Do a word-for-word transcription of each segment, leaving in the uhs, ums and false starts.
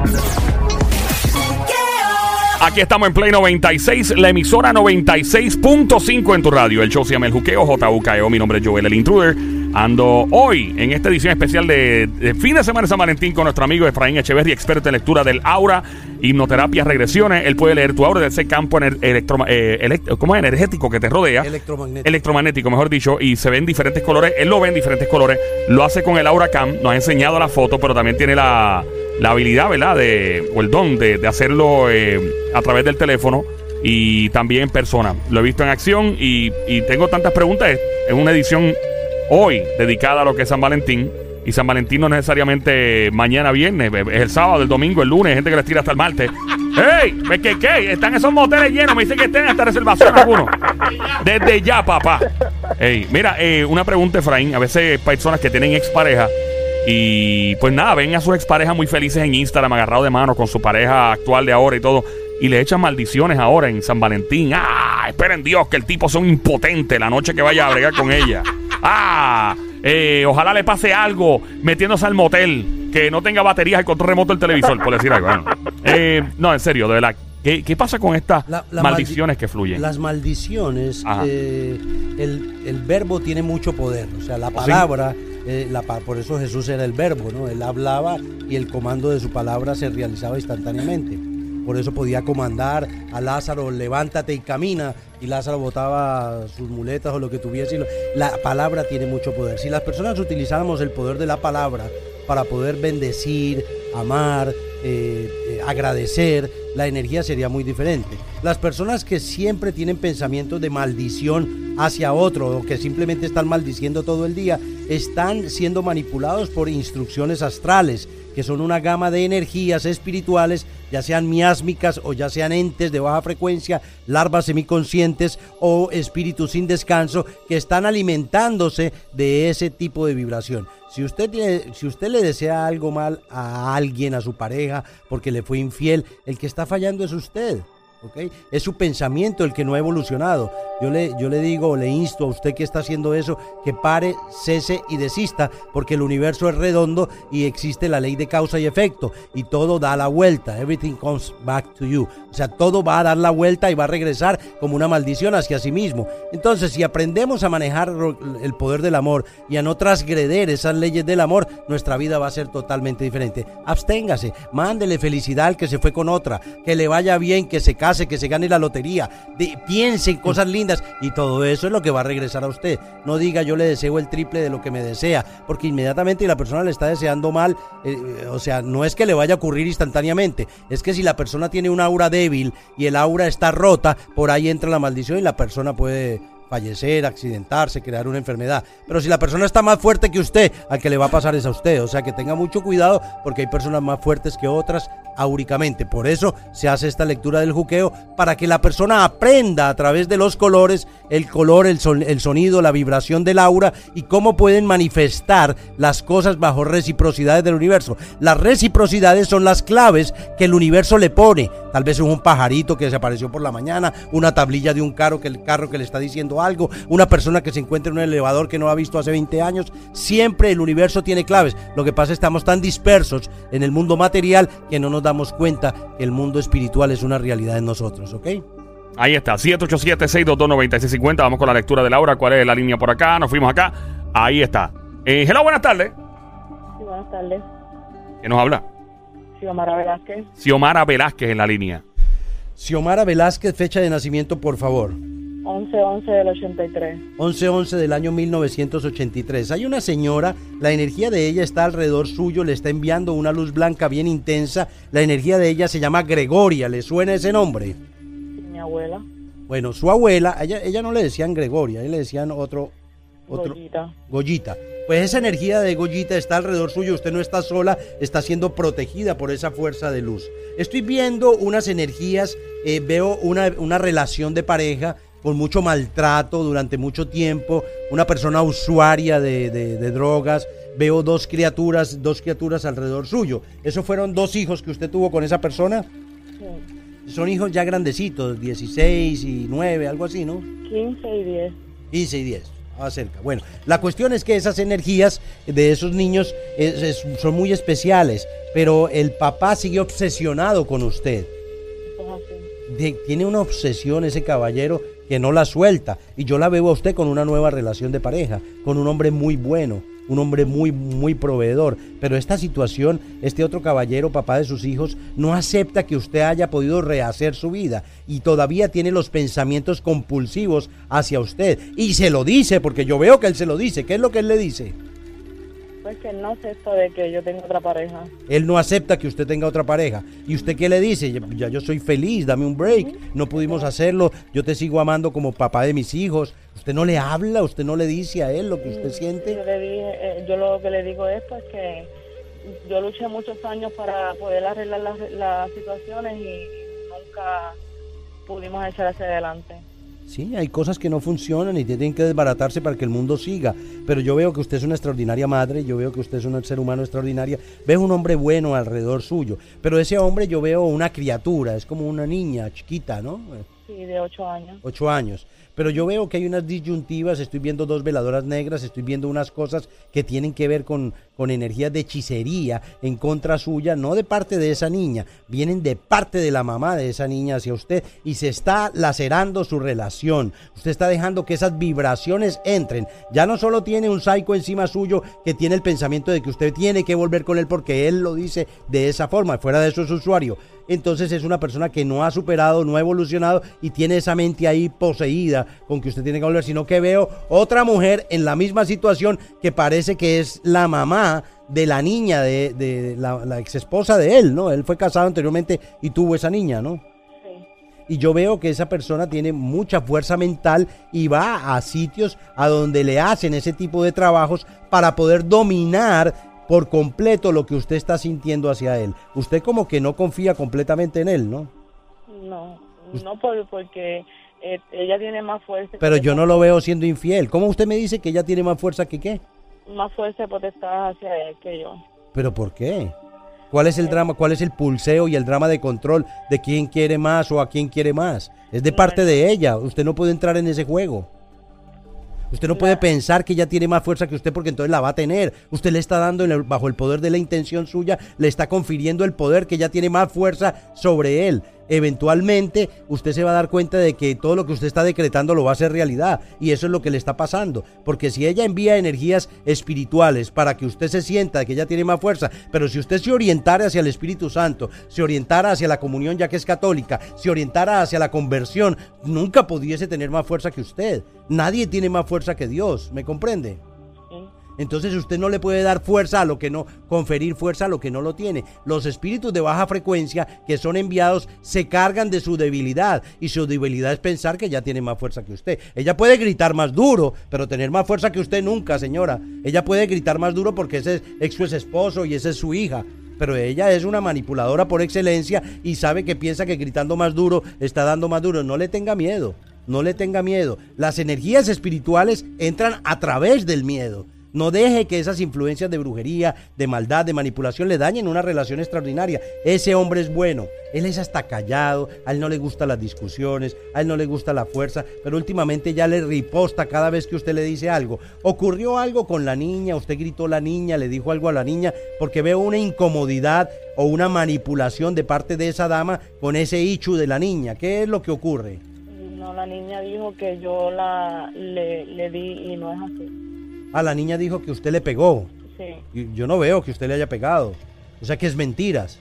Aquí estamos en Play noventa y seis, la emisora noventa y seis punto cinco en tu radio. El show se llama El Juqueo, J U K E O. Mi nombre es Joel, el Intruder. Ando hoy en esta edición especial de, de fin de semana de San Valentín con nuestro amigo Efraín Echeverri, experto en lectura del aura, hipnoterapia, regresiones. Él puede leer tu aura de ese campo ener, electro, eh, elect, ¿cómo es? energético que te rodea. Electromagnético. Electromagnético, mejor dicho. Y se ven diferentes colores. Él lo ve en diferentes colores. Lo hace con el Aura Cam. Nos ha enseñado la foto, pero también tiene la... la habilidad, ¿verdad? De, o el don de, de hacerlo eh, a través del teléfono y también en persona. Lo he visto en acción y, y tengo tantas preguntas. Es, es una edición hoy dedicada a lo que es San Valentín. Y San Valentín no necesariamente mañana viernes, es el sábado, el domingo, el lunes. Hay gente que les tira hasta el martes. ¡Ey! ¿Qué, qué? Están esos moteles llenos. Me dicen que estén hasta reservación algunos. Desde ya, papá. Ey, mira, eh, una pregunta, Efraín. A veces personas que tienen expareja y pues nada, ven a sus exparejas muy felices en Instagram, agarrados de mano con su pareja actual de ahora y todo, y le echan maldiciones ahora en San Valentín. ¡Ah! Esperen Dios que el tipo sea un impotente la noche que vaya a bregar con ella. ¡Ah! Eh, ojalá le pase algo metiéndose al motel, que no tenga baterías y control remoto del televisor, por decir algo. Bueno, eh, no, en serio, de verdad. ¿Qué, qué pasa con estas la, la maldiciones maldi- que fluyen? Las maldiciones, eh, el, el verbo tiene mucho poder. O sea, la palabra... ¿Sí? Eh, la, por eso Jesús era el verbo, ¿no? Él hablaba y el comando de su palabra se realizaba instantáneamente. Por eso podía comandar a Lázaro, levántate y camina, y Lázaro botaba sus muletas o lo que tuviese. La palabra tiene mucho poder. Si las personas utilizáramos el poder de la palabra para poder bendecir, amar, eh, eh, agradecer, la energía sería muy diferente. Las personas que siempre tienen pensamientos de maldición hacia otro o que simplemente están maldiciendo todo el día, están siendo manipulados por instrucciones astrales, que son una gama de energías espirituales, ya sean miásmicas o ya sean entes de baja frecuencia, larvas semiconscientes o espíritus sin descanso, que están alimentándose de ese tipo de vibración. Si usted tiene, si usted le desea algo mal a alguien, a su pareja, porque le fue infiel, el que está fallando es usted. ¿Okay? Es su pensamiento el que no ha evolucionado. Yo le, yo le digo, le insto a usted que está haciendo eso, que pare, cese y desista, porque el universo es redondo y existe la ley de causa y efecto, y todo da la vuelta. Everything comes back to you. O sea, todo va a dar la vuelta y va a regresar como una maldición hacia sí mismo. Entonces, si aprendemos a manejar el poder del amor y a no transgreder esas leyes del amor, nuestra vida va a ser totalmente diferente. Absténgase, mándele felicidad al que se fue con otra, que le vaya bien, que se case, que se gane la lotería, de, piense en cosas lindas, y todo eso es lo que va a regresar a usted. No diga yo le deseo el triple de lo que me desea, porque inmediatamente la persona le está deseando mal. eh, o sea, no es que le vaya a ocurrir instantáneamente, es que si la persona tiene un aura débil y el aura está rota, por ahí entra la maldición y la persona puede fallecer, accidentarse, crear una enfermedad. Pero si la persona está más fuerte que usted, al que le va a pasar es a usted. O sea que tenga mucho cuidado, porque hay personas más fuertes que otras áuricamente. Por eso se hace esta lectura del juqueo, para que la persona aprenda a través de los colores, el color, el, son, el sonido, la vibración del aura, y cómo pueden manifestar las cosas bajo reciprocidades del universo. Las reciprocidades son las claves que el universo le pone. Tal vez es un pajarito que se apareció por la mañana, una tablilla de un carro que el carro que le está diciendo algo, una persona que se encuentra en un elevador que no ha visto hace veinte años. Siempre el universo tiene claves. Lo que pasa es que estamos tan dispersos en el mundo material que no nos damos cuenta que el mundo espiritual es una realidad en nosotros, ¿ok? Ahí está, siete ocho siete, seis dos dos, nueve seis cinco cero. Vamos con la lectura de Laura. ¿Cuál es la línea por acá? Nos fuimos acá. Ahí está. Eh, hello, buenas tardes. Sí, buenas tardes. ¿Quién nos habla? Xiomara Velázquez. Xiomara Velázquez en la línea. Xiomara Velázquez, fecha de nacimiento, por favor. once once del ochenta y tres. once once del año mil novecientos ochenta y tres. Hay una señora, la energía de ella está alrededor suyo, le está enviando una luz blanca bien intensa. La energía de ella se llama Gregoria. ¿Le suena ese nombre? Sí, mi abuela. Bueno, su abuela, ella, ella no le decían Gregoria, ella le decían otro... otro Goyita. Goyita. Pues esa energía de Goyita está alrededor suyo, usted no está sola, está siendo protegida por esa fuerza de luz. Estoy viendo unas energías, eh, veo una, una relación de pareja con mucho maltrato durante mucho tiempo, una persona usuaria de, de, de drogas. Veo dos criaturas, dos criaturas alrededor suyo. ¿Esos fueron dos hijos que usted tuvo con esa persona? Sí. Son hijos ya grandecitos, dieciséis y nueve, algo así, ¿no? quince y diez. quince y diez. Estaba cerca. Bueno, la cuestión es que esas energías de esos niños es, es, son muy especiales, pero el papá sigue obsesionado con usted. De, tiene una obsesión ese caballero que no la suelta, y yo la veo a usted con una nueva relación de pareja, con un hombre muy bueno, un hombre muy muy proveedor, pero esta situación, este otro caballero, papá de sus hijos, no acepta que usted haya podido rehacer su vida y todavía tiene los pensamientos compulsivos hacia usted, y se lo dice, porque yo veo que él se lo dice. ¿Qué es lo que él le dice? Pues que él no acepta de que yo tenga otra pareja. Él no acepta que usted tenga otra pareja. ¿Y usted qué le dice? Ya, ya yo soy feliz, dame un break. No pudimos hacerlo, yo te sigo amando como papá de mis hijos. ¿Usted no le habla? ¿Usted no le dice a él lo que usted siente? Yo, le dije, eh, yo lo que le digo es pues que yo luché muchos años para poder arreglar las, las situaciones y nunca pudimos echar hacia adelante. Sí, hay cosas que no funcionan y tienen que desbaratarse para que el mundo siga, pero yo veo que usted es una extraordinaria madre, yo veo que usted es un ser humano extraordinario, veo un hombre bueno alrededor suyo, pero ese hombre yo veo una criatura, es como una niña chiquita, ¿no? Sí, de ocho años. Ocho años. Pero yo veo que hay unas disyuntivas, estoy viendo dos veladoras negras, estoy viendo unas cosas que tienen que ver con, con energías de hechicería en contra suya, no de parte de esa niña, vienen de parte de la mamá de esa niña hacia usted, y se está lacerando su relación. Usted está dejando que esas vibraciones entren. Ya no solo tiene un psycho encima suyo que tiene el pensamiento de que usted tiene que volver con él porque él lo dice de esa forma, fuera de eso es usuario. Entonces es una persona que no ha superado, no ha evolucionado y tiene esa mente ahí poseída con que usted tiene que volver, sino que veo otra mujer en la misma situación que parece que es la mamá de la niña, de, de la, la ex esposa de él, ¿no? Él fue casado anteriormente y tuvo esa niña, ¿no? Sí. Y yo veo que esa persona tiene mucha fuerza mental y va a sitios a donde le hacen ese tipo de trabajos para poder dominar por completo lo que usted está sintiendo hacia él. Usted como que no confía completamente en él, ¿no? No, no por, porque eh, ella tiene más fuerza. Pero yo no lo veo siendo infiel. ¿Cómo usted me dice que ella tiene más fuerza que qué? Más fuerza de potestad hacia él que yo. ¿Pero por qué? ¿Cuál es el drama? ¿Cuál es el pulseo y el drama de control de quién quiere más o a quién quiere más? Es de parte de ella. Usted no puede entrar en ese juego. Usted no puede pensar que ella tiene más fuerza que usted porque entonces la va a tener. Usted le está dando en el, bajo el poder de la intención suya, le está confiriendo el poder que ella tiene más fuerza sobre él. Eventualmente usted se va a dar cuenta de que todo lo que usted está decretando lo va a hacer realidad, y eso es lo que le está pasando, porque si ella envía energías espirituales para que usted se sienta que ella tiene más fuerza, pero si usted se orientara hacia el Espíritu Santo, se orientara hacia la comunión ya que es católica, se orientara hacia la conversión, nunca pudiese tener más fuerza que usted. Nadie tiene más fuerza que Dios, ¿me comprende? Entonces usted no le puede dar fuerza a lo que no, conferir fuerza a lo que no lo tiene. Los espíritus de baja frecuencia que son enviados se cargan de su debilidad, y su debilidad es pensar que ella tiene más fuerza que usted. Ella puede gritar más duro, pero tener más fuerza que usted nunca, señora. Ella puede gritar más duro porque ese es su esposo y esa es su hija, pero ella es una manipuladora por excelencia y sabe que piensa que gritando más duro está dando más duro. No le tenga miedo, no le tenga miedo. Las energías espirituales entran a través del miedo. No deje que esas influencias de brujería, de maldad, de manipulación le dañen una relación extraordinaria. Ese hombre es bueno, él es hasta callado, a él no le gustan las discusiones, a él no le gusta la fuerza, pero últimamente ya le riposta cada vez que usted le dice algo. Ocurrió algo con la niña, usted gritó a la niña, le dijo algo a la niña, porque veo una incomodidad o una manipulación de parte de esa dama con ese ichu de la niña. ¿Qué es lo que ocurre? No, la niña dijo que yo la le, le di y no es así. Ah, la niña dijo que usted le pegó. Sí. Yo no veo que usted le haya pegado. O sea que es mentiras.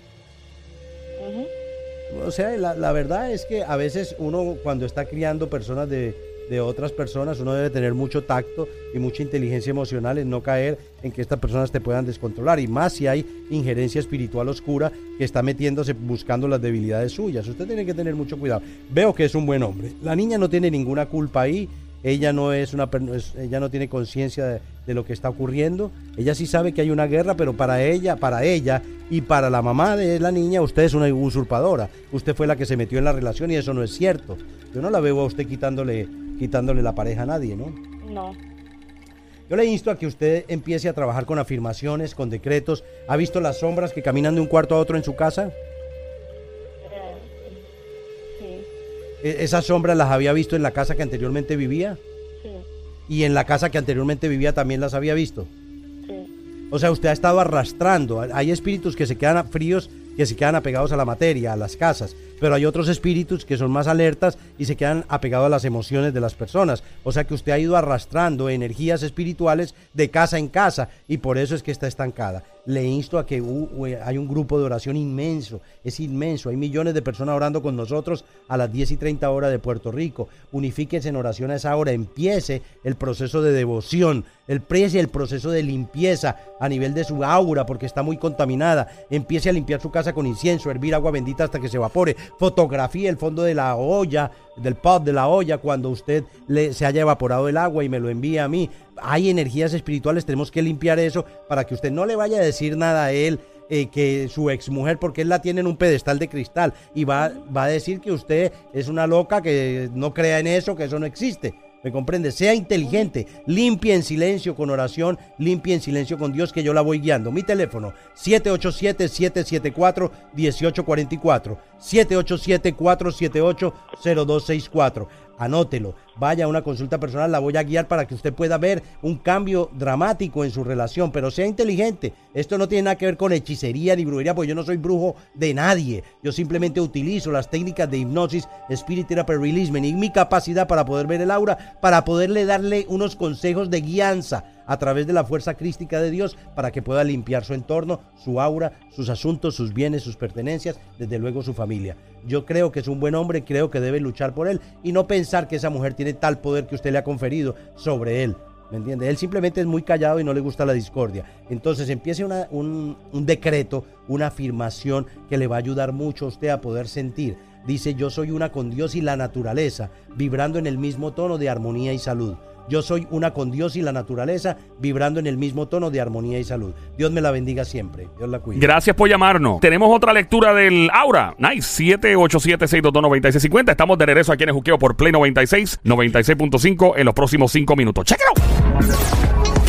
Uh-huh. O sea, la, la verdad es que a veces uno cuando está criando personas de, de otras personas, uno debe tener mucho tacto y mucha inteligencia emocional en no caer en que estas personas te puedan descontrolar. Y más si hay injerencia espiritual oscura que está metiéndose buscando las debilidades suyas. Usted tiene que tener mucho cuidado. Veo que es un buen hombre. La niña no tiene ninguna culpa ahí. Ella no es una, ella no tiene conciencia de, de lo que está ocurriendo. Ella sí sabe que hay una guerra, pero para ella, para ella y para la mamá de la niña, usted es una usurpadora. Usted fue la que se metió en la relación y eso no es cierto. Yo no la veo a usted quitándole, quitándole la pareja a nadie, ¿no? No. Yo le insto a que usted empiece a trabajar con afirmaciones, con decretos. ¿Ha visto las sombras que caminan de un cuarto a otro en su casa? ¿Esas sombras las había visto en la casa que anteriormente vivía? Sí. Y en la casa que anteriormente vivía también las había visto. Sí. O sea, usted ha estado arrastrando. Hay espíritus que se quedan fríos, que se quedan apegados a la materia, a las casas, pero hay otros espíritus que son más alertas y se quedan apegados a las emociones de las personas. O sea que usted ha ido arrastrando energías espirituales de casa en casa y por eso es que está estancada. Le insto a que uh, uh, hay un grupo de oración inmenso, es inmenso, hay millones de personas orando con nosotros a las diez y treinta horas de Puerto Rico. Unifíquense en oración a esa hora, empiece el proceso de devoción, empiece el proceso de limpieza a nivel de su aura porque está muy contaminada, empiece a limpiar su casa con incienso, hervir agua bendita hasta que se evapore, fotografíe el fondo de la olla, del pot de la olla cuando usted le, se haya evaporado el agua y me lo envía a mí. Hay energías espirituales, tenemos que limpiar eso para que usted no le vaya a decir nada a él, eh, que su exmujer, porque él la tiene en un pedestal de cristal y va, va a decir que usted es una loca, que no crea en eso, que eso no existe. ¿Me comprende? Sea inteligente, limpie en silencio con oración, limpie en silencio con Dios, que yo la voy guiando. Mi teléfono, siete ocho siete, siete siete cuatro, uno ocho cuatro cuatro, siete ocho siete, cuatro siete ocho, cero dos seis cuatro. Anótelo, vaya a una consulta personal, la voy a guiar para que usted pueda ver un cambio dramático en su relación, pero sea inteligente. Esto no tiene nada que ver con hechicería ni brujería, porque yo no soy brujo de nadie. Yo simplemente utilizo las técnicas de hipnosis, Spirit Therapy Releasement y mi capacidad para poder ver el aura, para poderle darle unos consejos de guianza a través de la fuerza crística de Dios para que pueda limpiar su entorno, su aura, sus asuntos, sus bienes, sus pertenencias, desde luego su familia. Yo creo que es un buen hombre, creo que debe luchar por él y no pensar que esa mujer tiene tal poder que usted le ha conferido sobre él. ¿Me entiende? Él simplemente es muy callado y no le gusta la discordia. Entonces empiece una, un, un decreto, una afirmación que le va a ayudar mucho a usted a poder sentir. Dice: yo soy una con Dios y la naturaleza, vibrando en el mismo tono de armonía y salud. Yo soy una con Dios y la naturaleza, vibrando en el mismo tono de armonía y salud. Dios me la bendiga siempre. Dios la cuide. Gracias por llamarnos. Tenemos otra lectura del aura. Nice. siete ocho siete, seis dos dos, nueve seis cinco cero. Estamos de regreso aquí en el Juqueo por Play noventa y seis, noventa y seis punto cinco en los próximos cinco minutos. ¡Check it out!